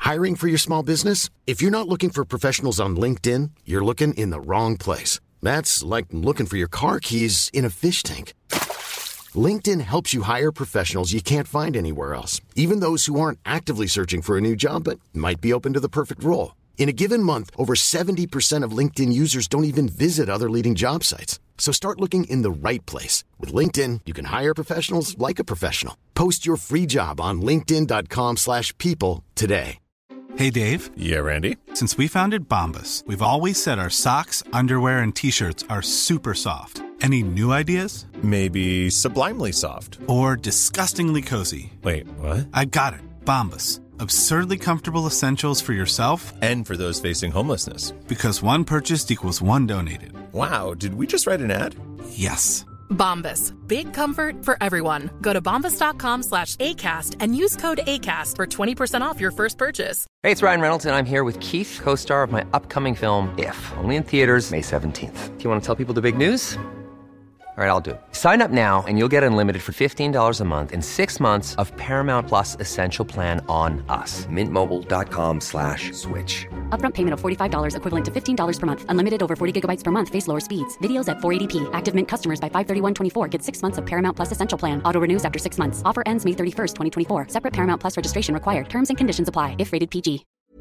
Hiring for your small business? If you're not looking for professionals on LinkedIn, you're looking in the wrong place. That's like looking for your car keys in a fish tank. LinkedIn helps you hire professionals you can't find anywhere else, even those who aren't actively searching for a new job but might be open to the perfect role. In a given month, over 70% of LinkedIn users don't even visit other leading job sites. So start looking in the right place. With LinkedIn, you can hire professionals like a professional. Post your free job on linkedin.com/people today. Hey, Dave. Yeah, Randy. Since we founded Bombas, we've always said our socks, underwear, and T-shirts are super soft. Any new ideas? Maybe sublimely soft. Or disgustingly cozy. Wait, what? I got it. Bombas. Absurdly comfortable essentials for yourself And for those facing homelessness. Because one purchased equals one donated. Wow, did we just write an ad? Yes. Bombas. Big comfort for everyone. Go to bombas.com/ACAST and use code ACAST for 20% off your first purchase. Hey, it's Ryan Reynolds, and I'm here with Keith, co-star of my upcoming film, If, only in theaters May 17th. Do you want to tell people the big news? All right, I'll do it. Sign up now and you'll get unlimited for $15 a month and 6 months of Paramount Plus Essential Plan on us. MintMobile.com/switch. Upfront payment of $45 equivalent to $15 per month. Unlimited over 40 gigabytes per month. Face lower speeds. Videos at 480p. Active Mint customers by 531.24 get 6 months of Paramount Plus Essential Plan. Auto renews after 6 months. Offer ends May 31st, 2024. Separate Paramount Plus registration required. Terms and conditions apply if rated PG.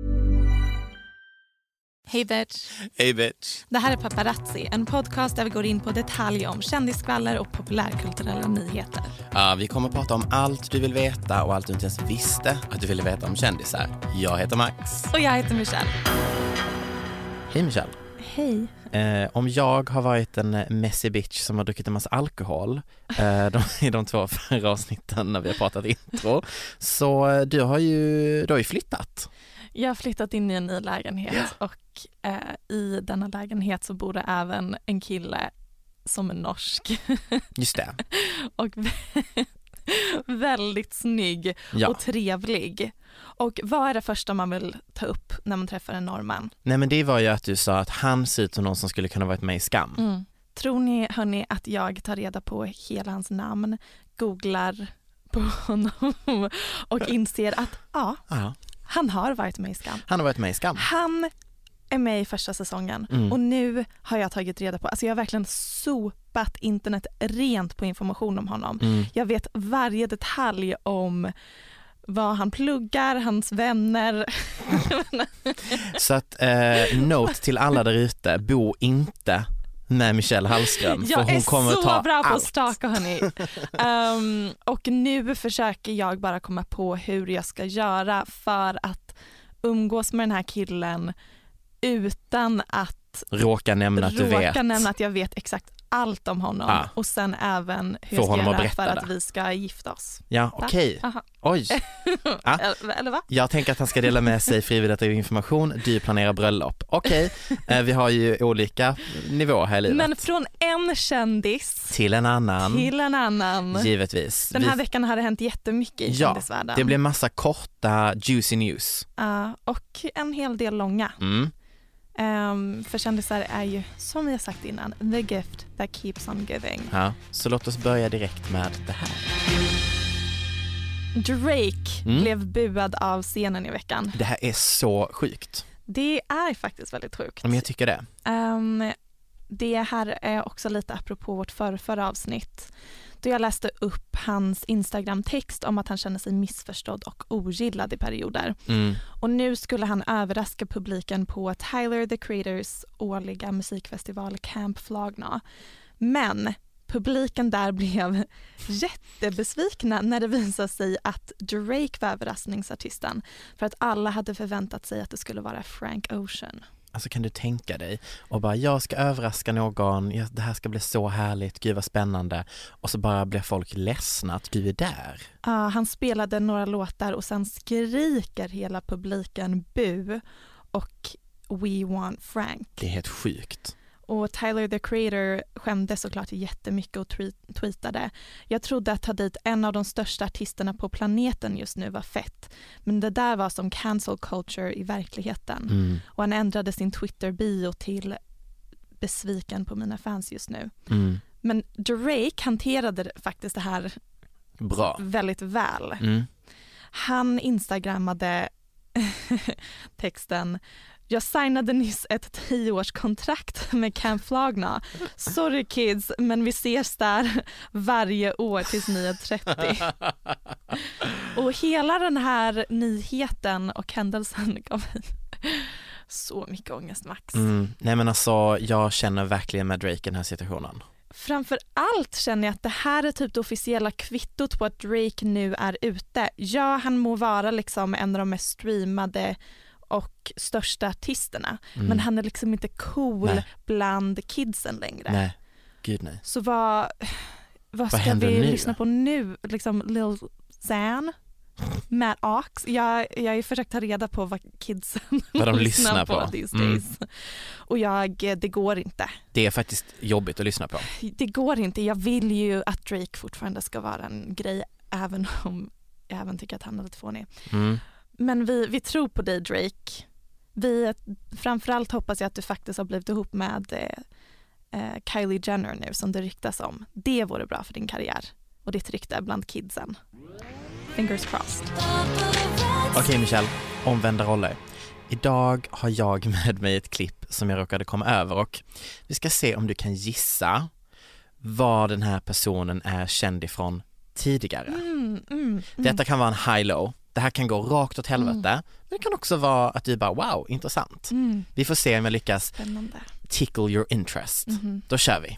Hej bitch. Hey bitch. Det här är Paparazzi, en podcast där vi går in på detaljer om kändisskvaller och populärkulturella nyheter. Ja, vi kommer att prata om allt du vill veta och allt du inte ens visste att du ville veta om kändisar. Jag heter Max. Och jag heter Michelle. Hej Michelle. Hej. Om jag har varit en messy bitch som har druckit en massa alkohol i de 2 förra avsnitten när vi har pratat intro, så du har ju flyttat. Jag har flyttat in i en ny lägenhet och i denna lägenhet så bor det även en kille som är norsk. Just det. Och väldigt snygg och trevlig. Och vad är det första man vill ta upp när man träffar en norrman? Nej, men det var ju att du sa att han ser ut som någon som skulle kunna varit med i Skam. Mm. Tror ni, hörni, att jag tar reda på hela hans namn, googlar på honom och inser att han har varit med i Skam. Han har varit med i Skam. Han är med i första säsongen och nu har jag tagit reda på, alltså jag har verkligen sopat internet rent på information om honom. Jag vet varje detalj om vad han pluggar, hans vänner. Så att note till alla där ute, bo inte med Michelle Hallström. Jag för hon kommer är så ta bra på allt. att staka, hörni. Och nu försöker jag bara komma på hur jag ska göra för att umgås med den här killen utan att råka nämna att jag vet exakt allt om honom och sen även hur jag ska göra för att vi ska gifta oss. Ja, okej. Oj. Eller va? Jag tänker att han ska dela med sig frivilligt av information. Du planerar bröllop. Okej. Vi har ju olika nivåer här i livet. Men från en kändis till en annan. Givetvis. Den här veckan har det hänt jättemycket i kändisvärlden. Det blev massa korta juicy news. Och en hel del långa. För kändisar är ju, som vi har sagt innan, the gift that keeps on giving. Ja, så låt oss börja direkt med det här. Drake blev buad av scenen i veckan. Det här är så sjukt. Det är faktiskt väldigt sjukt. Men jag tycker det. Det här är också lite apropå vårt förra avsnitt. Då jag läste upp hans Instagram-text om att han känner sig missförstådd och ogillad i perioder. Och nu skulle han överraska publiken på Tyler, the Creators årliga musikfestival Camp Flagna. Men publiken där blev jättebesvikna när det visade sig att Drake var överraskningsartisten, för att alla hade förväntat sig att det skulle vara Frank Ocean. Alltså kan du tänka dig och bara jag ska överraska någon, det här ska bli så härligt, gud vad spännande, och så bara blir folk ledsna att du är där. Ja, han spelade några låtar och sen skriker hela publiken bu och We want Frank. Det är helt sjukt. Och Tyler, the Creator, skämde såklart jättemycket och tweetade: jag trodde att ta dit en av de största artisterna på planeten just nu var fett. Men det där var som cancel culture i verkligheten. Och han ändrade sin Twitter-bio till besviken på mina fans just nu. Men Drake hanterade faktiskt det här bra, väldigt väl. Han instagrammade texten: jag signade nyss ett 10-årskontrakt med Camp Flagna. Sorry kids, men vi ses där varje år tills ni är 30. Och hela den här nyheten och händelsen gav mig så mycket ångest, Max. Nej men alltså, jag känner verkligen med Drake i den här situationen. Framför allt känner jag att det här är typ det officiella kvittot på att Drake nu är ute. Ja, han må vara liksom en av de mest streamade och största artisterna. Men han är liksom inte cool bland kidsen längre. Nej, gud nej. Så vad ska vi lyssna på nu? Liksom Lil Xan, Matt Ox. Jag har ju försökt ta reda på vad kidsen vad de lyssnar på these days. Och det går inte. Det är faktiskt jobbigt att lyssna på. Det går inte. Jag vill ju att Drake fortfarande ska vara en grej, även om jag även tycker att han är lite fånig. Men vi tror på dig, Drake. Framförallt hoppas jag att du faktiskt har blivit ihop med Kylie Jenner nu, som det ryktas om. Det vore bra för din karriär och ditt rykte bland kidsen. Fingers crossed. Okej Michelle, omvända roller. Idag har jag med mig ett klipp som jag råkade komma över och vi ska se om du kan gissa vad den här personen är känd ifrån tidigare. Detta kan vara en high-low. Det här kan gå rakt åt helvete. Men det kan också vara att du bara, wow, intressant. Vi får se om jag lyckas tickle your interest. Då kör vi.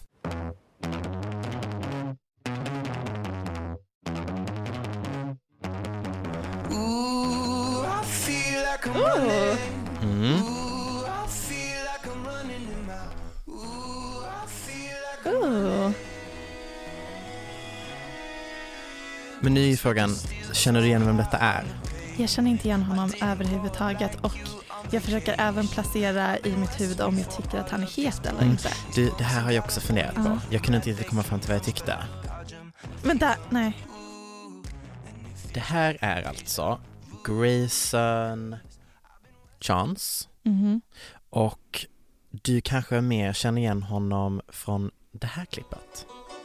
Men nu är frågan, känner du igen vem detta är? Jag känner inte igen honom överhuvudtaget och jag försöker även placera i mitt huvud om jag tycker att han är het eller inte. Det här har jag också funderat på. Jag kunde inte riktigt komma fram till vad jag tyckte. Men nej. Det här är alltså Grayson Chance. Och du kanske mer känner igen honom från det här klippet.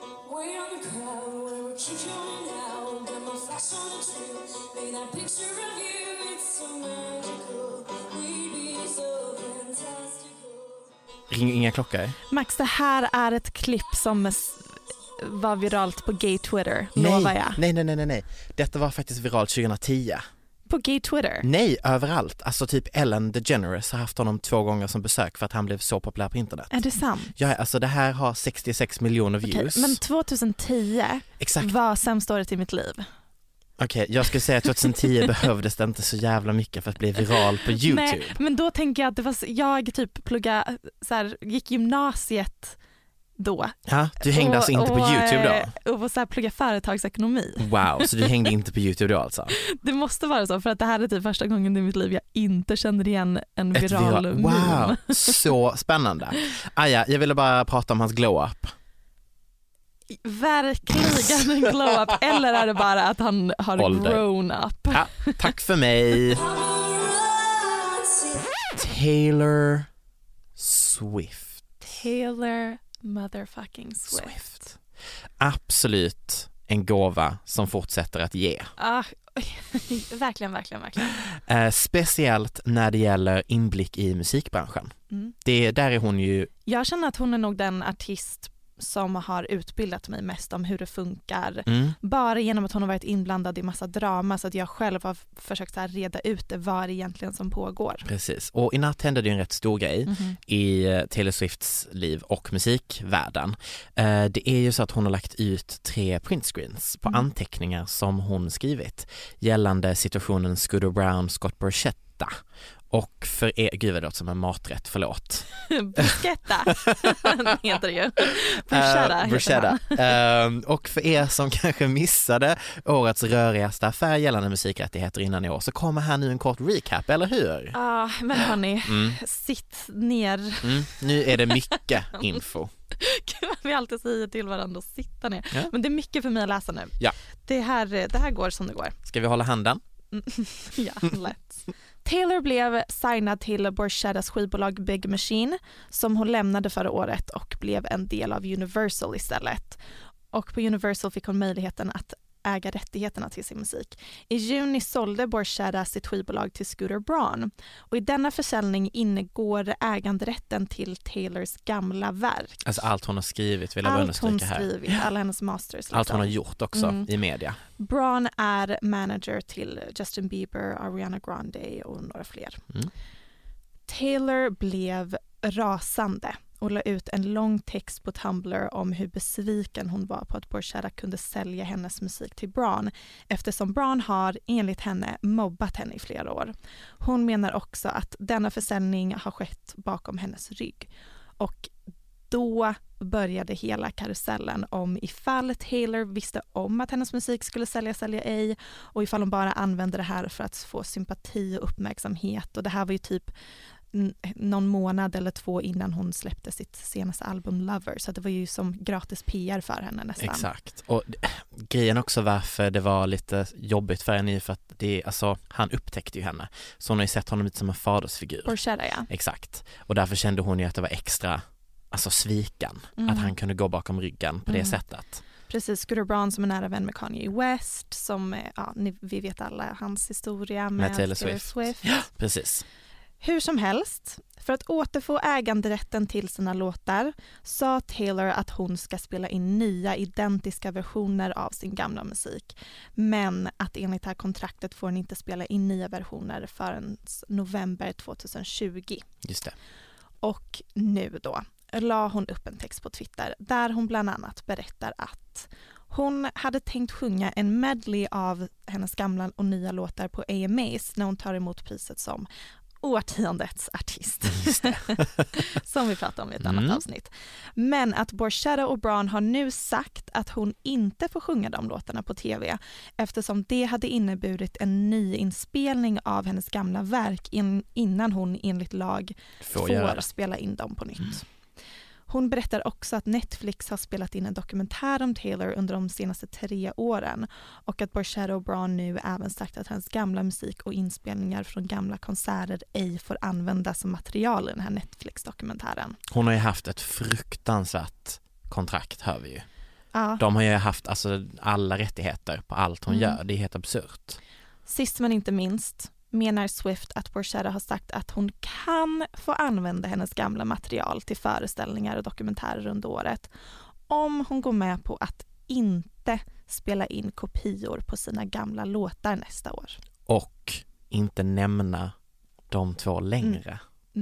Ring inga klockor. Max, det här är ett klipp som var viralt på gay Twitter, lovar jag. Nej. Detta var faktiskt viralt 2010. På gay Twitter? Nej, överallt. Alltså typ Ellen DeGeneres har haft honom 2 gånger som besök för att han blev så populär på internet. Är det sant? Ja, alltså det här har 66 miljoner views. Men 2010 var sämsta året i mitt liv. Okej, jag skulle säga att 2010 behövdes det inte så jävla mycket för att bli viral på YouTube. Nej, men då tänker jag att det var, jag typ gick gymnasiet då. Ja, du hängde alltså inte på YouTube då? Och så här plugga företagsekonomi. Wow, så du hängde inte på YouTube då alltså? Det måste vara så, för att det här är typ första gången i mitt liv jag inte kände igen en viral meme. Wow, så spännande. Jag ville bara prata om hans glow-up. Verkligen en glow-up, eller är det bara att han har grown up? Ja, tack för mig. Taylor motherfucking Swift. Absolut en gåva som fortsätter att ge. Verkligen. Speciellt när det gäller inblick i musikbranschen. Där är hon ju... Jag känner att hon är nog den artist som har utbildat mig mest om hur det funkar. Bara genom att hon har varit inblandad i massa drama, så att jag själv har försökt att reda ut vad det egentligen som pågår. Precis. Och i natt hände det en rätt stor grej i Taylor Swifts liv och musikvärlden. Det är ju så att hon har lagt ut 3 printscreens på anteckningar som hon skrivit gällande situationen Scooter Brown, Scott Borchetta. Och för er, gud vad det låter som en maträtt, förlåt. Bruschetta heter det ju. Bruschetta. Och för er som kanske missade årets rörigaste affär gällande musikrättigheter innan i år, så kommer här nu en kort recap, eller hur? Ja, men hörni, sitt ner. Nu är det mycket info. Vi alltid säger till varandra att sitta ner. Ja. Men det är mycket för mig att läsa nu. Ja. Det här går som det går. Ska vi hålla handen? Ja, lätt. Taylor blev signad till Borchettas skivbolag Big Machine, som hon lämnade förra året och blev en del av Universal istället. Och på Universal fick hon möjligheten att äga rättigheterna till sin musik. I juni sålde Borchetta sitt skivbolag till Scooter Braun och i denna försäljning ingår äganderätten till Taylors gamla verk. Alltså allt hon har skrivit, vill jag understryka här. Allt hon skrivit, alla hennes masters. Liksom. Allt hon har gjort också i media. Braun är manager till Justin Bieber, Ariana Grande och några fler. Taylor blev rasande och la ut en lång text på Tumblr om hur besviken hon var på att Borchetta kunde sälja hennes musik till Braun eftersom Braun har enligt henne mobbat henne i flera år. Hon menar också att denna försäljning har skett bakom hennes rygg och då började hela karusellen om ifall Taylor visste om att hennes musik skulle säljas eller ej och ifall hon bara använde det här för att få sympati och uppmärksamhet och det här var ju typ någon månad eller 2 innan hon släppte sitt senaste album Lover så det var ju som gratis PR för henne nästan. Exakt. Och grejen också varför det var lite jobbigt för henne för att han upptäckte ju henne. Så hon har ju sett honom lite som en fadersfigur. Borchetta, ja. Exakt. Och därför kände hon ju att det var extra sviken att han kunde gå bakom ryggen på det sättet. Precis, Scooter Braun som är nära vän med Kanye West som vi vet alla hans historia med Taylor Swift. Ja, precis. Hur som helst, för att återfå äganderätten till sina låtar sa Taylor att hon ska spela in nya identiska versioner av sin gamla musik. Men att enligt det här kontraktet får hon inte spela in nya versioner förrän november 2020. Just det. Och nu då la hon upp en text på Twitter där hon bland annat berättar att hon hade tänkt sjunga en medley av hennes gamla och nya låtar på AMAs när hon tar emot priset som årtiondets artist. Som vi pratade om i ett annat avsnitt. Men att Borchetta och Braun har nu sagt att hon inte får sjunga de låtarna på tv eftersom det hade inneburit en ny inspelning av hennes gamla verk innan hon enligt lag får spela in dem på nytt. Hon berättar också att Netflix har spelat in en dokumentär om Taylor under de senaste 3 åren och att Borchetta och Braun nu även sagt att hans gamla musik och inspelningar från gamla konserter ej får användas som material i den här Netflix-dokumentären. Hon har ju haft ett fruktansvärt kontrakt, hör vi ju. Ja. De har ju haft alla rättigheter på allt hon gör. Det är helt absurt. Sist men inte minst menar Swift att Borchetta har sagt att hon kan få använda hennes gamla material till föreställningar och dokumentärer under året om hon går med på att inte spela in kopior på sina gamla låtar nästa år. Och inte nämna de 2 längre.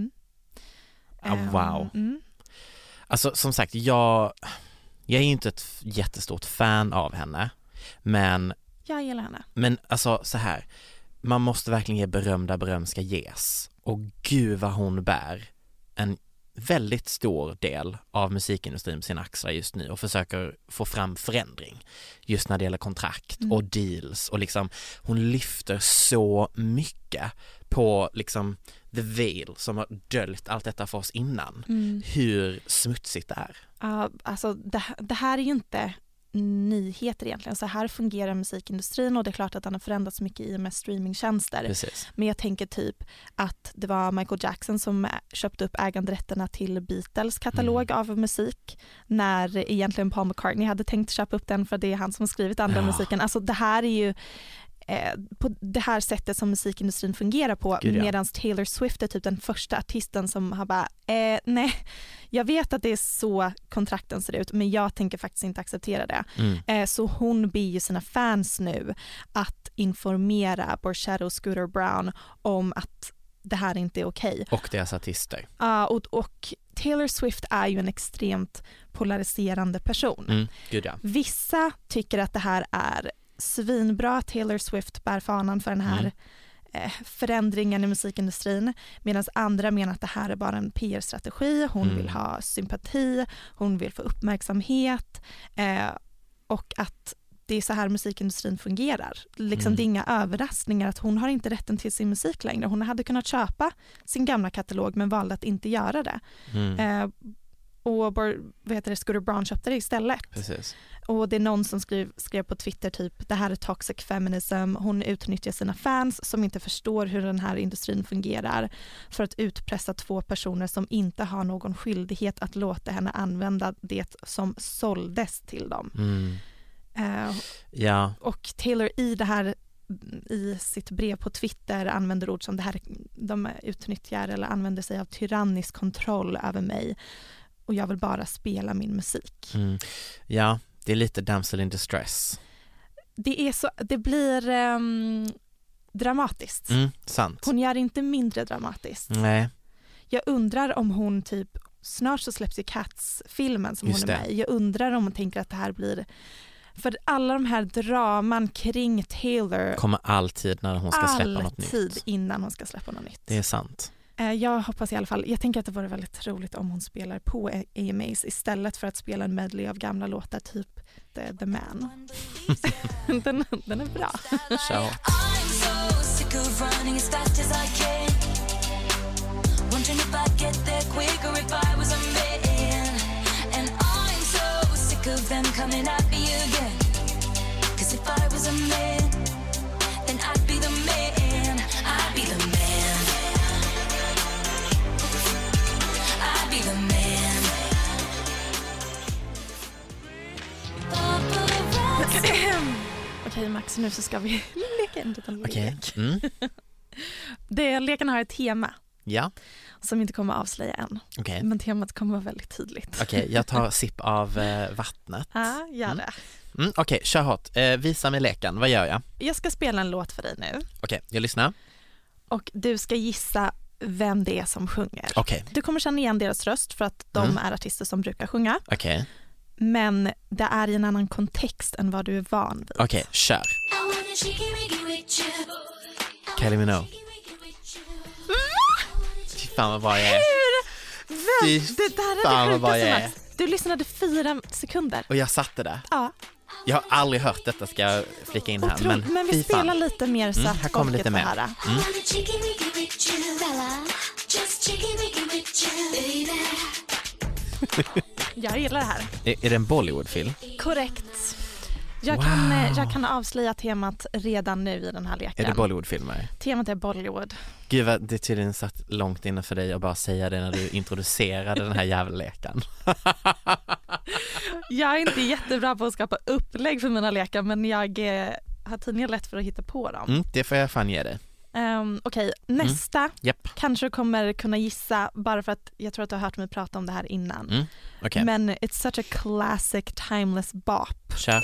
Wow. Alltså som sagt, jag är inte ett jättestort fan av henne, men jag gillar henne. Men så här, man måste verkligen ge beröm ska ges. Och gud vad hon bär en väldigt stor del av musikindustrin på sina axlar just nu och försöker få fram förändring just när det gäller kontrakt och deals och hon lyfter så mycket på the veil som har döljt allt detta för oss innan. Hur smutsigt det är. Alltså det här är ju inte nyheter egentligen. Så här fungerar musikindustrin och det är klart att den har förändrats mycket i och med streamingtjänster. Precis. Men jag tänker typ att det var Michael Jackson som köpte upp äganderätterna till Beatles katalog av musik när egentligen Paul McCartney hade tänkt köpa upp den för det är han som har skrivit andra musiken. Alltså det här är ju på det här sättet som musikindustrin fungerar på, medan Taylor Swift är typ den första artisten som har bara nej, jag vet att det är så kontrakten ser ut men jag tänker faktiskt inte acceptera det. Så hon ber ju sina fans nu att informera Borchetta och Scooter Braun om att det här inte är okej. Och deras artister. Och Taylor Swift är ju en extremt polariserande person. Vissa tycker att det här är svinbra. Taylor Swift bär fanan för den här förändringen i musikindustrin, medan andra menar att det här är bara en PR-strategi. Hon vill ha sympati, hon vill få uppmärksamhet och att det är så här musikindustrin fungerar. Det är inga överraskningar att hon har inte rätten till sin musik längre. Hon hade kunnat köpa sin gamla katalog men valde att inte göra det. Och Scooter Braun köpte det istället. Precis. Och det är någon som skrev på Twitter typ, det här är toxic feminism. Hon utnyttjar sina fans som inte förstår hur den här industrin fungerar för att utpressa 2 personer som inte har någon skyldighet att låta henne använda det som såldes till dem. Ja. Och Taylor i sitt brev på Twitter använder ord som det här, de utnyttjar eller använder sig av tyrannisk kontroll över mig och jag vill bara spela min musik. Ja, det är lite damsel in distress. Det blir dramatiskt. Sant. Hon gör inte mindre dramatiskt. Nej. Jag undrar om hon typ, snart så släpps ju Cats-filmen som Just hon är med i. Jag undrar om hon tänker att det här blir, för alla de här draman kring Taylor kommer alltid när hon ska släppa något nytt. Alltid innan hon ska släppa något nytt. Det är sant. Jag hoppas i alla fall, jag tänker att det vore väldigt roligt om hon spelar på AMAs istället för att spela en medley av gamla låtar typ The Man. den är bra. Så. Okej Max, nu så ska vi leka en liten lek. Leken har ett tema. Ja. Som inte kommer att avslöja än. Okay. Men temat kommer att vara väldigt tydligt. Okej, jag tar sipp av vattnet. Ja, gör det. Okej, kör hårt. Visa mig leken. Vad gör jag? Jag ska spela en låt för dig nu. Okej, jag lyssnar. Och du ska gissa vem det är som sjunger. Okej. Du kommer känna igen deras röst för att de är artister som brukar sjunga. Okej. Men det är i en annan kontext än vad du är van vid. Okej, kör. Kylie Minogue. Fy fan vad bra jag är. Det där är det sjukaste, Max. Du lyssnade 4 sekunder. Och jag satte det. Ja. Jag har aldrig hört detta, ska jag flika in här. Men vi spelar lite mer så att här kommer lite mer. Höra. Jag gillar det här. Är det en Bollywood-film? Korrekt. Jag kan avslöja temat redan nu i den här leken. Är det Bollywood-filmer? Temat är Bollywood. Gud vad det tydligen satt långt inne för dig att bara säga det när du introducerade den här jävla leken. Jag är inte jättebra på att skapa upplägg för mina lekar, men jag har tydligen lätt för att hitta på dem. Det får jag fan ge dig. Okej, nästa Yep. kanske du kommer kunna gissa bara för att jag tror att du har hört mig prata om det här innan. Okay. Men it's such a classic timeless bop. Kör.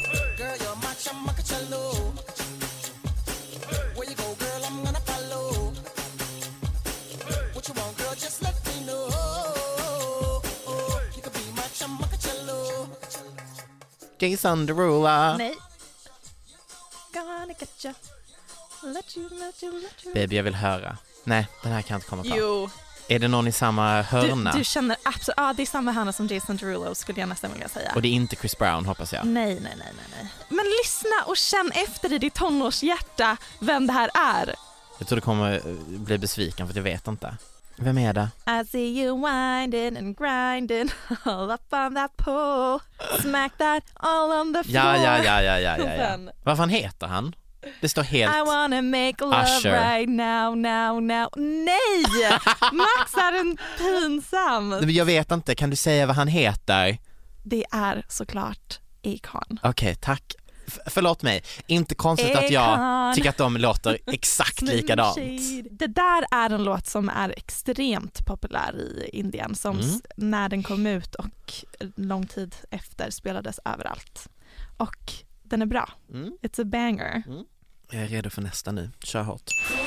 Jason Derulo. Nej. Gonna get you. Let you. Baby, jag vill höra. Nej, den här kan jag inte komma på. Jo. Är det någon i samma hörna? Du känner absolut, ja, det är samma hörna som Jason Derulo skulle jag nästan vilja säga. Och det är inte Chris Brown, hoppas jag. Nej. Men lyssna och känn efter i ditt tonårshjärta vem det här är. Jag tror du kommer bli besviken för att jag vet inte. Vem är det? I see you winding and grinding all up on that pole. Smack that all on the floor. Ja. Vad fan heter han? Det står helt... I wanna make love Usher. right now. Nej! Max är en pinsam. Jag vet inte, kan du säga vad han heter? Det är såklart Akon. Okej, tack. Förlåt mig, inte konstigt att jag tycker att de låter exakt likadant. Det där är en låt som är extremt populär i Indien som när den kom ut och lång tid efter spelades överallt. Och den är bra. It's a banger. Jag är redo för nästa nu. Kör hårt.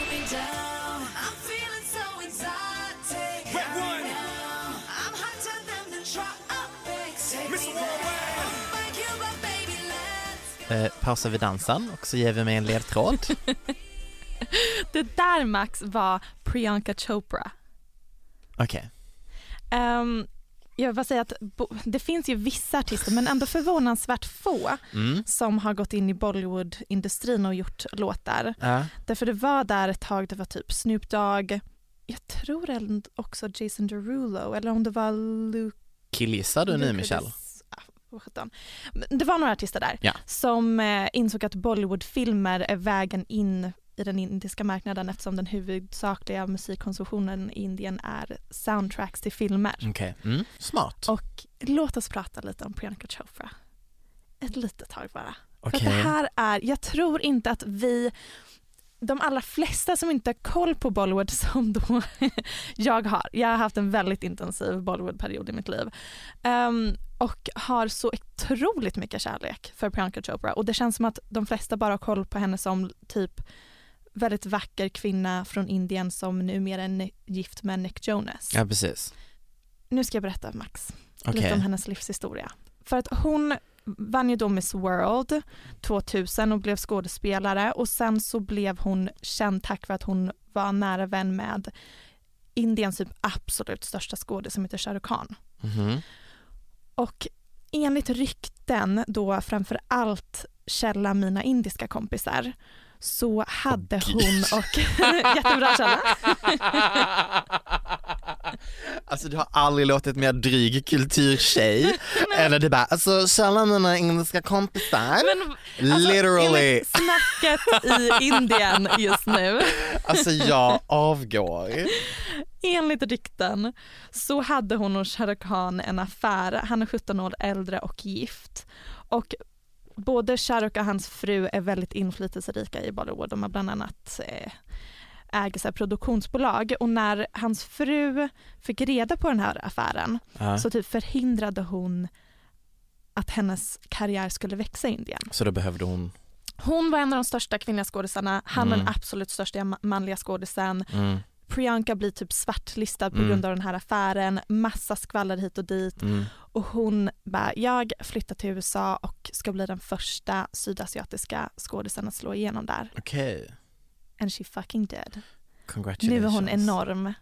Pausar vi dansen och så ger vi mig en ledtråd. Det där, Max, var Priyanka Chopra. Okej. Jag vill bara säga att det finns ju vissa artister, men ändå förvånansvärt få som har gått in i Bollywood-industrin och gjort låtar. Därför det var där ett tag, det var typ Snoop Dogg, jag tror också Jason Derulo, eller om det var Luke. Killgissar du nu, Michelle? Det var några artister där som insåg att Bollywood-filmer är vägen in i den indiska marknaden eftersom den huvudsakliga musikkonsumtionen i Indien är soundtracks till filmer. Okej. Smart. Och låt oss prata lite om Priyanka Chopra. Ett litet tag bara. Okej. För att det här är, jag tror inte att de allra flesta som inte har koll på Bollywood som då jag har haft en väldigt intensiv Bollywood-period i mitt liv. Och har så otroligt mycket kärlek för Priyanka Chopra. Och det känns som att de flesta bara har koll på henne som typ väldigt vacker kvinna från Indien som numera är gift med Nick Jonas. Ja, precis. Nu ska jag berätta Max lite om hennes livshistoria. För att hon vann ju då Miss World 2000 och blev skådespelare. Och sen så blev hon känd tack vare att hon var nära vän med Indiens typ absolut största skådespelare som heter Shah Rukh Khan. Mhm. Och enligt rykten då framför allt källa mina indiska kompisar så hade hon och jättebra källa. Alltså du har aldrig låtit mer dryg kulturtjej eller det bara, alltså källa mina indiska kompisar. Men, literally. Enligt snacket i Indien just nu. Alltså jag avgår. Enligt rykten så hade hon och Shah Rukh Khan en affär. Han är 17 år äldre och gift. Och både Shah Rukh och hans fru är väldigt inflytelserika i Bollywood. De har bland annat äger sig produktionsbolag. Och när hans fru fick reda på den här affären så typ förhindrade hon att hennes karriär skulle växa i Indien. Så då behövde hon... Hon var en av de största kvinnliga skådespelarna. Han den absolut största manliga skådisen. Priyanka blir typ svartlistad på grund av den här affären. Massa skvaller hit och dit. Och hon bara, jag flyttar till USA och ska bli den första sydasiatiska skådisen att slå igenom där. Okej. And she fucking did. Congratulations. Nu är hon enorm.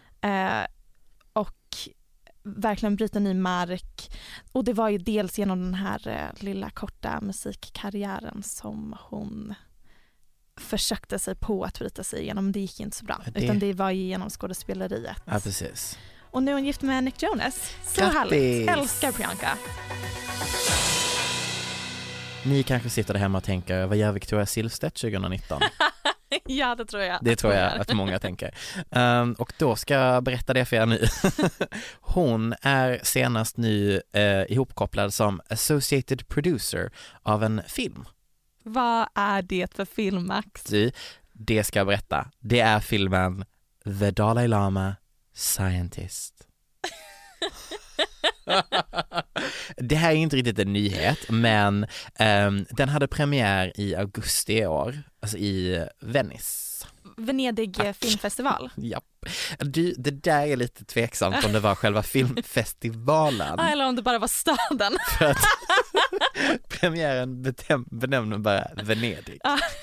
Och verkligen bryter ny mark. Och det var ju dels genom den här lilla korta musikkarriären som hon försökte sig på att bryta sig igenom. Det gick inte så bra. Utan det var ju genom skådespeleriet. Ja, precis. Och nu är hon gift med Nick Jonas. Så Grattis. härligt. Älskar Priyanka. Ni kanske sitter där hemma och tänker, vad gör Victoria Silvstedt 2019? Ja, det tror jag. Det tror jag att många tänker. Och då ska jag berätta det för er nu. Hon är senast nu ihopkopplad som associated producer av en film. Vad är det för film, Max? Det ska jag berätta. Det är filmen The Dalai Lama Scientist. Det här är inte riktigt en nyhet, men den hade premiär i augusti i år, alltså i Venice. Venedig filmfestival. Ja. Det där är lite tveksamt om det var själva filmfestivalen. Eller om det bara var staden. För att premiären benämner bara Venedig.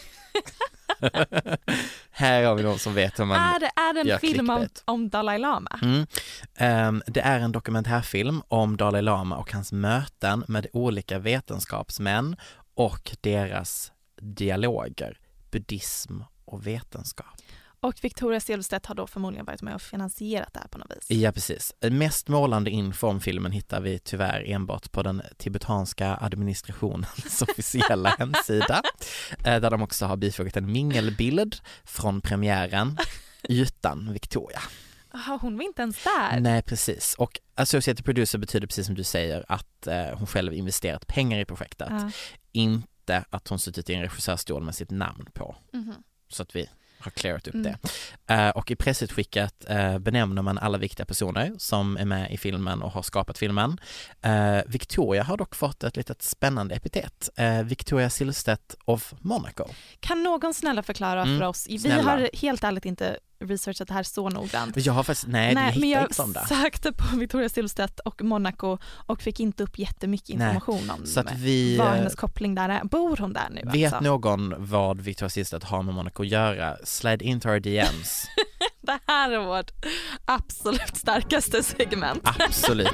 Här har vi någon som vet hur man är det en gör film clickbait. om Dalai Lama? Det är en dokumentärfilm om Dalai Lama och hans möten med olika vetenskapsmän och deras dialoger, buddhism och vetenskap. Och Victoria Silvstedt har då förmodligen varit med och finansierat det här på något vis. Ja, precis. Mest målande info om filmen hittar vi tyvärr enbart på den tibetanska administrationens officiella hemsida. Där de också har bifogat en mingelbild från premiären utan Victoria. Hon var inte ens där. Nej, precis. Och associated producer betyder precis som du säger att hon själv investerat pengar i projektet. Inte att hon suttit i en regissörstol med sitt namn på. Så att vi har clearat upp det. Och i pressutskicket benämner man alla viktiga personer som är med i filmen och har skapat filmen. Victoria har dock fått ett litet spännande epitet. Victoria Silvstedt of Monaco. Kan någon snälla förklara för oss? Vi har helt ärligt inte researchat det här så noggrant. Jag har faktiskt, men jag sökte på Victoria Silvstedt och Monaco och fick inte upp jättemycket information om så att vad hennes koppling där är. Bor hon där nu? Vet någon vad Victoria Silvstedt har med Monaco att göra? Slide into our DMs. Det här är vårt absolut starkaste segment. Absolut.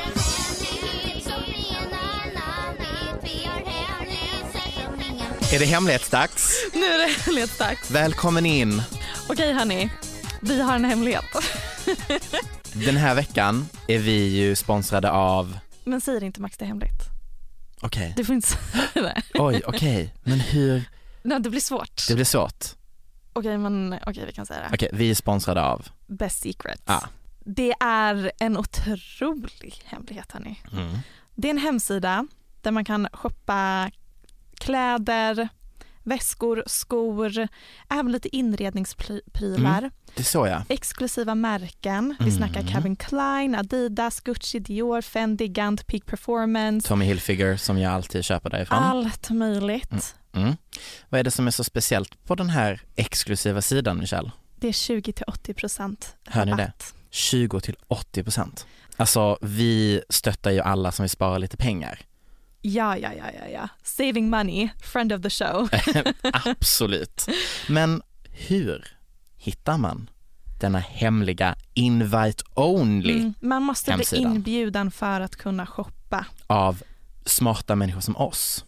Är det hemlighetsdags? Nu är det hemlighetsdags. Välkommen in. Okej hörni, vi har en hemlighet. Den här veckan är vi ju sponsrade av... Men säg inte Max, det är hemligt. Okej. Du får inte säga det. Oj, okej. Men hur... Nej, det blir svårt. Det blir svårt. Okej, vi kan säga det. Okej, vi är sponsrade av... Best Secrets. Ja. Det är en otrolig hemlighet hörni. Det är en hemsida där man kan shoppa kläder, väskor, skor, även lite inredningsprylar. Det så jag. Exklusiva märken. Vi snackar Calvin Klein, Adidas, Gucci, Dior, Fendi, Gant, Peak Performance. Tommy Hilfiger som jag alltid köper därifrån. Allt möjligt. Vad är det som är så speciellt på den här exklusiva sidan, Michelle? Det är 20-80% Hör ni det? 20-80%. Alltså vi stöttar ju alla som vill spara lite pengar. Ja. Saving money, friend of the show. Absolut. Men hur hittar man denna hemliga invite only Man måste hemsidan? bli inbjuden för att kunna shoppa. Av smarta människor som oss.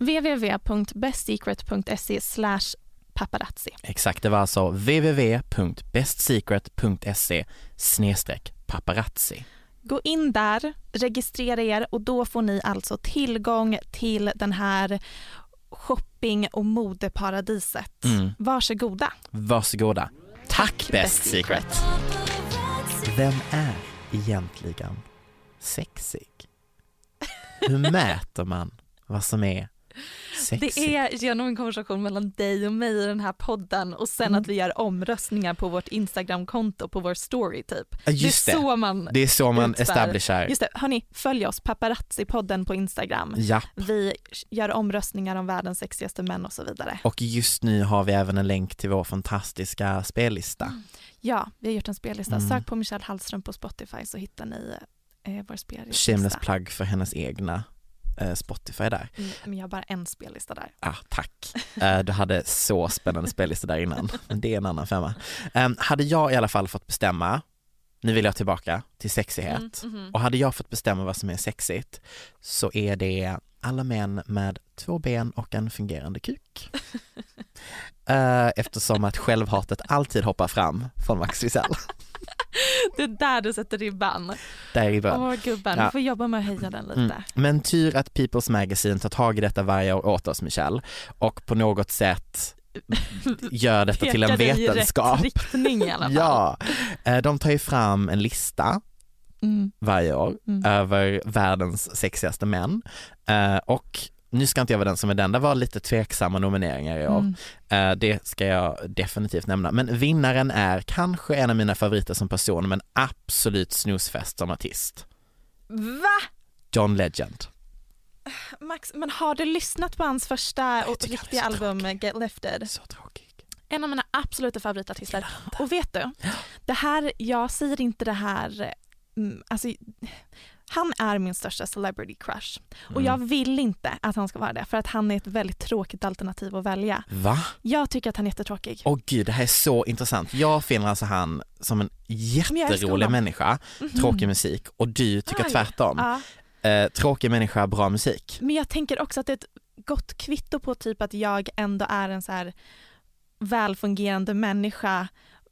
www.bestsecret.se/paparazzi. Exakt, det var alltså www.bestsecret.se/paparazzi. Gå in där, registrera er och då får ni alltså tillgång till den här shopping- och modeparadiset. Varsågoda. Tack Best Secret. Vem är egentligen sexig? Hur mäter man vad som är sexig? Det är genom en konversation mellan dig och mig i den här podden och sen att vi gör omröstningar på vårt Instagram-konto på vår story typ. Just det är så man establishar. Just det, hörni, följ oss, Paparazzi-podden på Instagram. Ja. Vi gör omröstningar om världens sexigaste män och så vidare. Och just nu har vi även en länk till vår fantastiska spellista. Ja, vi har gjort en spellista. Sök på Michelle Hallström på Spotify så hittar ni vår spellista. Shameless plug för hennes egna Spotify där. Men jag har bara en spellista där. Tack. Du hade så spännande spellista där innan. Men det är en annan femma. Hade jag i alla fall fått bestämma, nu vill jag tillbaka till sexighet. Och hade jag fått bestämma vad som är sexigt så är det alla män med 2 ben och en fungerande kuk. Eftersom att självhatet alltid hoppar fram från Max Wisell. Det är där du sätter ribban. Där i början. Gubben, du får jobba med att höja den lite. Men tur att People's Magazine tar tag i detta varje år åt oss, Michelle. Och på något sätt gör detta till en vetenskap. I rätt riktning i alla fall. Ja, de tar ju fram en lista varje år över världens sexigaste män. Och nu ska inte jag vara den som är den. Det var lite tveksamma nomineringar i år. Det ska jag definitivt nämna. Men vinnaren är kanske en av mina favoriter som person, men absolut snusfest som artist. Va? John Legend. Max, men har du lyssnat på hans första och riktiga album Get Lifted? Så tråkig. En av mina absoluta favoritartister. Och vet du, det här, jag säger inte det här, alltså han är min största celebrity crush. Och jag vill inte att han ska vara det. För att han är ett väldigt tråkigt alternativ att välja. Va? Jag tycker att han är jättetråkig. Åh gud, det här är så intressant. Jag finner alltså han som en jätterolig människa. Tråkig musik. Och du tycker tvärtom. Tråkig människa, bra musik. Men jag tänker också att det är ett gott kvitto på typ att jag ändå är en så här välfungerande människa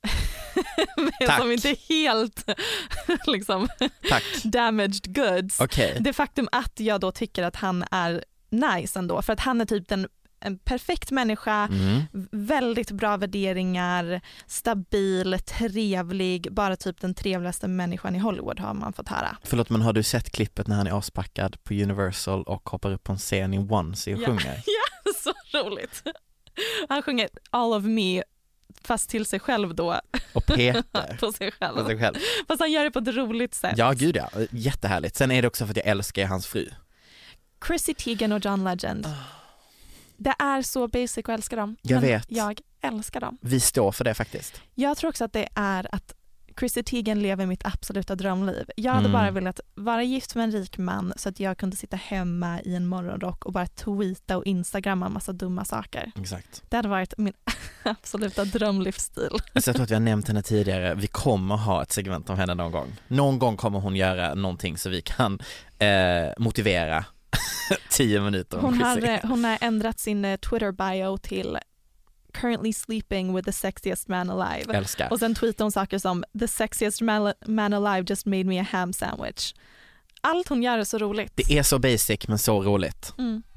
som inte är helt liksom damaged goods. Det faktum att jag då tycker att han är nice ändå, för att han är typ en perfekt människa, väldigt bra värderingar, stabil, trevlig, bara typ den trevligaste människan i Hollywood har man fått höra. Förlåt, men har du sett klippet när han är avspackad på Universal och hoppar upp på en scen i onesie och sjunger? Ja, så roligt. Han sjunger All of Me fast till sig själv då. Och Peter. på sig själv. Fast han gör det på ett roligt sätt. Ja, gud ja. Jättehärligt. Sen är det också för att jag älskar hans fru. Chrissy Teigen och John Legend. Det är så basic att älska dem. Jag vet. Jag älskar dem. Vi står för det faktiskt. Jag tror också att det är att Chrissy Teigen lever mitt absoluta drömliv. Jag hade bara velat vara gift med en rik man så att jag kunde sitta hemma i en morgonrock och bara tweeta och instagramma en massa dumma saker. Exakt. Det hade varit min absoluta drömlivsstil. Alltså jag tror att vi har nämnt henne tidigare. Vi kommer ha ett segment om henne någon gång. Någon gång kommer hon göra någonting så vi kan motivera 10 minuter. Hon har ändrat sin Twitter bio till currently sleeping with the sexiest man alive. Älskar. Och sen tweetar hon saker som the sexiest man alive just made me a ham sandwich. Allt hon gör är så roligt. Det är så basic men så roligt.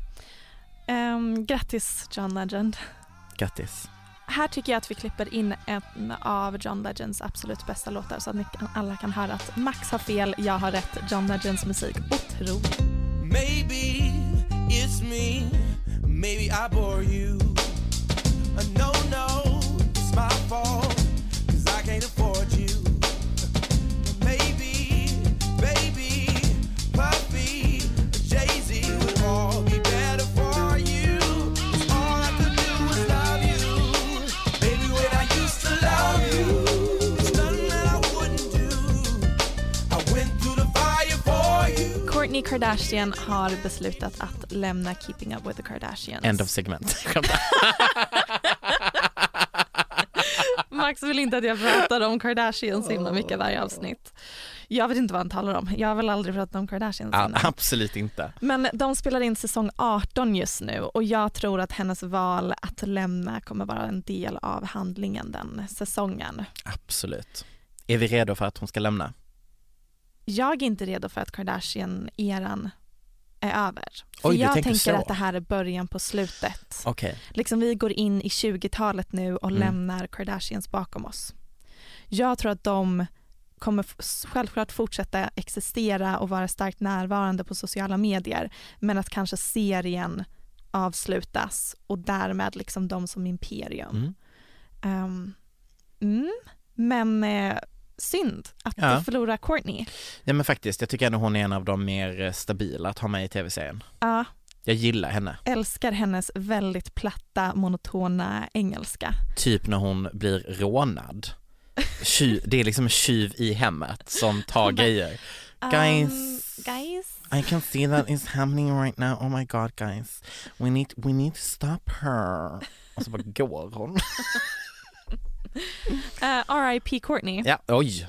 Grattis John Legend. Grattis. Här tycker jag att vi klipper in en av John Legends absolut bästa låtar så att ni alla kan höra att Max har fel, jag har rätt. John Legends musik, otroligt. Maybe it's me. Maybe I bore you. No, it's my fault, 'cause I can't afford you. Maybe, baby, Puffy, Jay-Z would all be better for you. 'Cause all I could do was love you. Baby, when I used to love you, there's nothing that I wouldn't do. I went through the fire for you. Kourtney Kardashian har beslutat att lämna Keeping Up with the Kardashians. End of segment. Max vill inte att jag pratar om Kardashians så himla mycket varje avsnitt. Jag vet inte vad han talar om. Jag har väl aldrig pratat om Kardashians innan. Absolut inte. Men de spelar in säsong 18 just nu och jag tror att hennes val att lämna kommer vara en del av handlingen den säsongen. Absolut. Är vi redo för att hon ska lämna? Jag är inte redo för att Kardashian-eran är över. För Oj, jag tänker så. att det här är början på slutet. Okay. Liksom vi går in i 20-talet nu och lämnar Kardashians bakom oss. Jag tror att de kommer självklart fortsätta existera och vara starkt närvarande på sociala medier, men att kanske serien avslutas och därmed liksom de som imperium. Men synd att förlora Kourtney. Ja, men faktiskt, jag tycker ändå hon är en av de mer stabila att ha med i tv-serien. Ja. Jag gillar henne. Älskar hennes väldigt platta, monotona engelska. Typ när hon blir rånad. Det är liksom en tjuv i hemmet som tar grejer. Guys, I can see that is happening right now. Oh my god, guys. We need to stop her. Och så bara går hon. R.I.P. Kourtney. Ja, oj.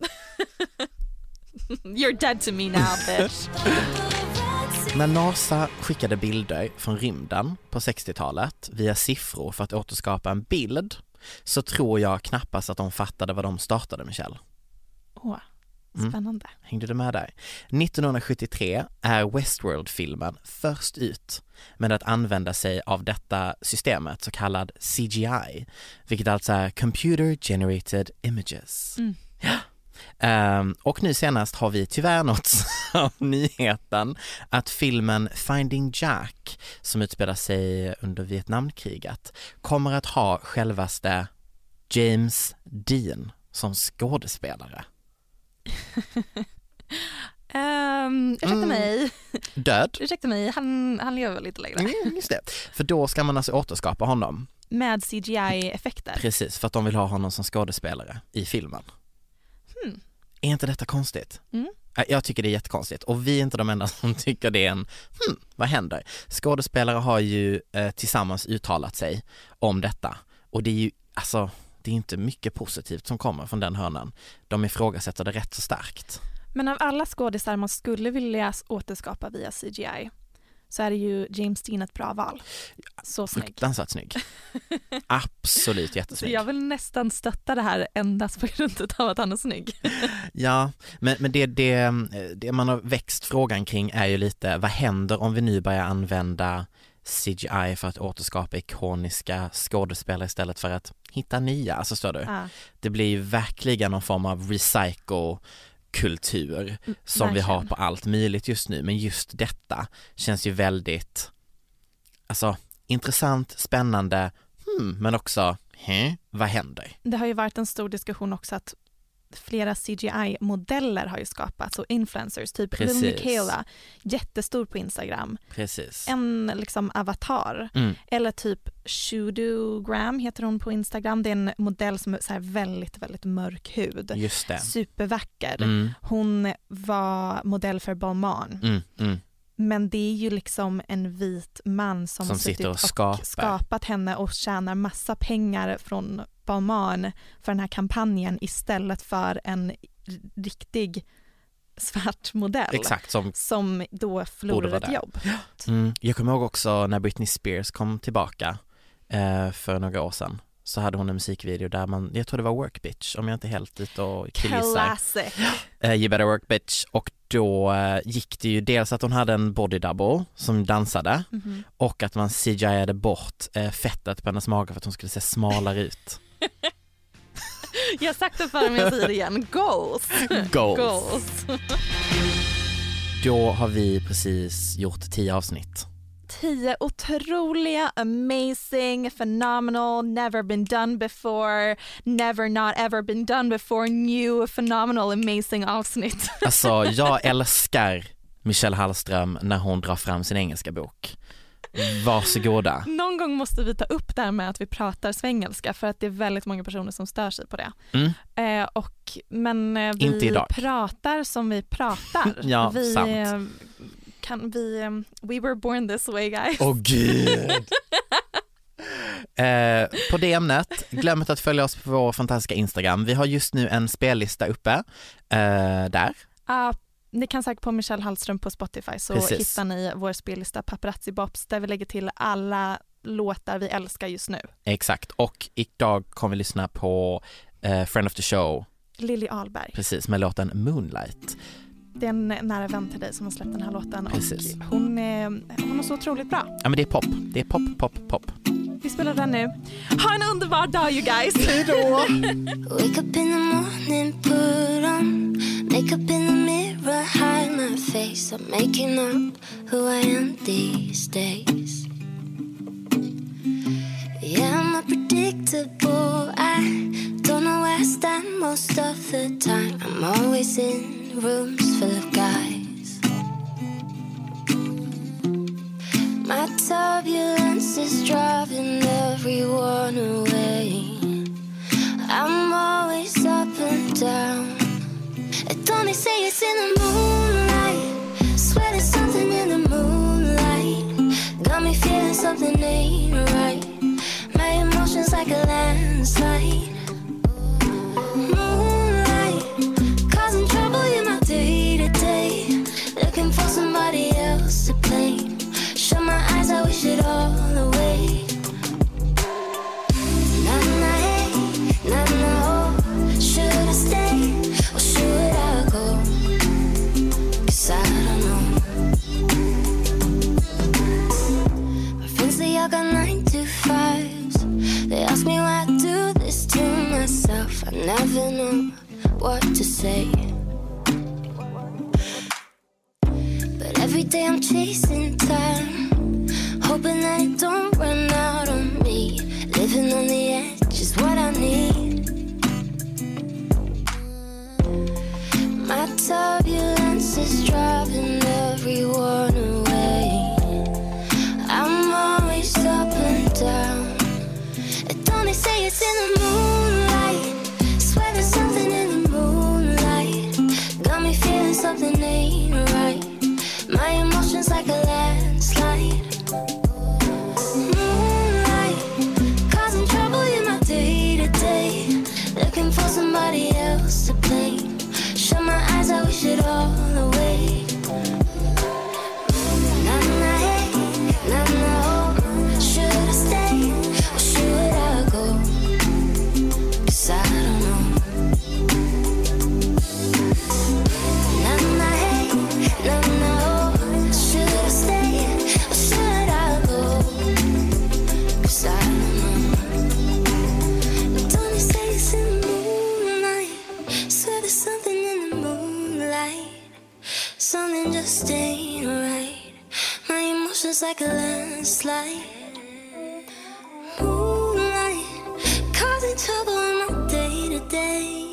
You're dead to me now, bitch. När NASA skickade bilder från rymden på 60-talet via siffror för att återskapa en bild, så tror jag knappast att de fattade vad de startade, Michelle. Spännande. Hängde du med där? 1973 är Westworld-filmen först ut med att använda sig av detta systemet, så kallad CGI, vilket alltså är Computer Generated Images. Och nu senast har vi tyvärr nått av nyheten att filmen Finding Jack, som utspelar sig under Vietnamkriget, kommer att ha självaste James Dean som skådespelare. Ursäkta mig. Död? Ursäkta mig, han lever lite längre. Just det. För då ska man alltså återskapa honom. Med CGI-effekter. Precis, för att de vill ha honom som skådespelare i filmen. Är inte detta konstigt? Jag tycker det är jättekonstigt. Och vi är inte de enda som tycker det är en vad händer? Skådespelare har ju tillsammans uttalat sig om detta. Och det är ju, alltså, det är inte mycket positivt som kommer från den hörnan. De ifrågasätter det rätt så starkt. Men av alla skådespelare man skulle vilja återskapa via CGI så är det ju James Dean ett bra val. Så snygg. Fruktansvärt snygg. Absolut jättesnygg. Så jag vill nästan stötta det här endast på grund av att han är snygg. Ja, men det man har växt frågan kring är ju lite, vad händer om vi nu börjar använda CGI för att återskapa ikoniska skådespelare istället för att hitta nya, alltså står du? Det blir ju verkligen någon form av recycle-kultur som vi har på allt möjligt just nu, men just detta känns ju väldigt intressant, spännande, men också vad händer? Det har ju varit en stor diskussion också att flera CGI-modeller har ju skapats och influencers, typ Lil Miquela, jättestor på Instagram. Precis. En liksom avatar. Eller typ Shudugram heter hon på Instagram. Det är en modell som är så här väldigt, väldigt mörk hud. Just det. Supervacker. Hon var modell för Balmain. Men det är ju liksom en vit man som sitter och skapat henne och tjänar massa pengar från Balmain för den här kampanjen istället för en riktig svart modell. Exakt, som då förlorade ett jobb. Jag kommer ihåg också när Britney Spears kom tillbaka för några år sedan. Så hade hon en musikvideo där jag tror det var Work Bitch, om jag inte helt ute och killgissar. Classic. You better work bitch. Och då gick det ju dels att hon hade en body double som dansade och att man CGI-ade bort fettet på hennes mage för att hon skulle se smalare ut. Jag har sagt det förr men jag säger det igen. Goals. Då har vi precis gjort 10 avsnitt. 10 otroliga, amazing, phenomenal, never been done before, never not ever been done before, new, phenomenal, amazing avsnitt. Alltså jag älskar Michelle Hallström när hon drar fram sin engelska bok. Varsågoda. Någon gång måste vi ta upp det här med att vi pratar svengelska, för att det är väldigt många personer som stör sig på det. Men vi inte idag. pratar som vi pratar. Ja, sant. We were born this way, guys. Åh gud. På det ämnet, glöm inte att följa oss på vår fantastiska Instagram. Vi har just nu en spellista uppe där. Ni kan säkert på Michelle Hallström på Spotify, så hittar ni vår spellista Paparazzi Bops, där vi lägger till alla låtar vi älskar just nu. Exakt, och idag kommer vi lyssna på Friend of the Show, Lily Ahlberg. Precis, med låten Moonlight. Det är en nära vän till dig som har släppt den här låten. Precis. Och hon är så otroligt bra. Ja, men det är pop. Det är pop. Vi spelar den nu. Ha en underbar dag, you guys. Hejdå! Wake up in the morning, put on makeup in the mirror, hide my face. I'm making up who I am these days. Yeah, I'm unpredictable. I don't know where I stand most of the time. I'm always in rooms full of guys. My turbulence is driving everyone away. I'm always up and down. Don't they say it's in the moonlight? Swear there's something in the moonlight. Got me feeling something ain't right. My emotions like a landslide. Moonlight, causing trouble in my day-to-day. Looking for somebody else to blame. Shut my eyes, I wish it all away. Na-na, hey, na-na, oh. Should I stay or should I go? 'Cause I don't know. My friends, they all got 9 to 5s. They ask me why I do this to myself. I never know what to say. But every day I'm chasing time, hoping that it don't run out on me. Living on the edge is what I need. My turbulence is driving everyone away. I'm always up and down. Don't they say it's in the moonlight? Swear there's something in the moonlight. Got me feeling something ain't right. My emotions like a landslide. Moonlight, causing trouble in my day-to-day. Looking for somebody else to blame. Shut my eyes, I wish it all away. Na-na, hey, na-na, oh. Should I stay or should I go? 'Cause I don't know. Na-na, hey, na-na, oh. Should I stay or should I go? 'Cause I don't know. Don't they say it's in the moonlight? Swear there's something in the moonlight. Something just ain't right. My emotions like a landslide. Moonlight, causing trouble in my day-to-day.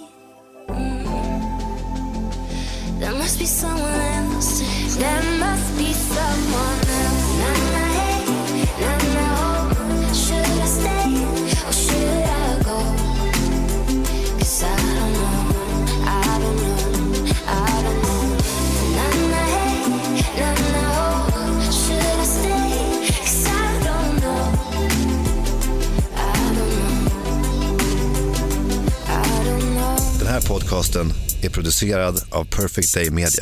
There must be someone else. There must be someone else. Na-na, hey, na-na, oh. Should I stay or should I go? 'Cause I don't know, I don't know, I don't know. Na-na, hey, na-na, oh. Should I stay? 'Cause I don't know, I don't know, I don't know. Den här podcasten är producerad av Perfect Day Media.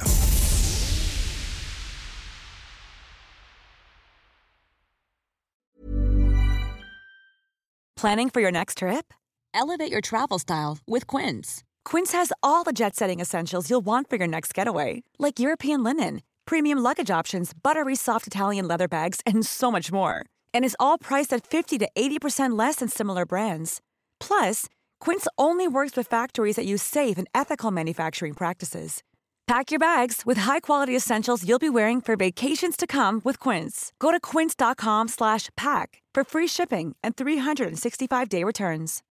Planning for your next trip? Elevate your travel style with Quince. Quince has all the jet-setting essentials you'll want for your next getaway, like European linen, premium luggage options, buttery soft Italian leather bags, and so much more. And is all priced at 50 to 80% less than similar brands. Plus, Quince only works with factories that use safe and ethical manufacturing practices. Pack your bags with high-quality essentials you'll be wearing for vacations to come with Quince. Go to quince.com/pack for free shipping and 365-day returns.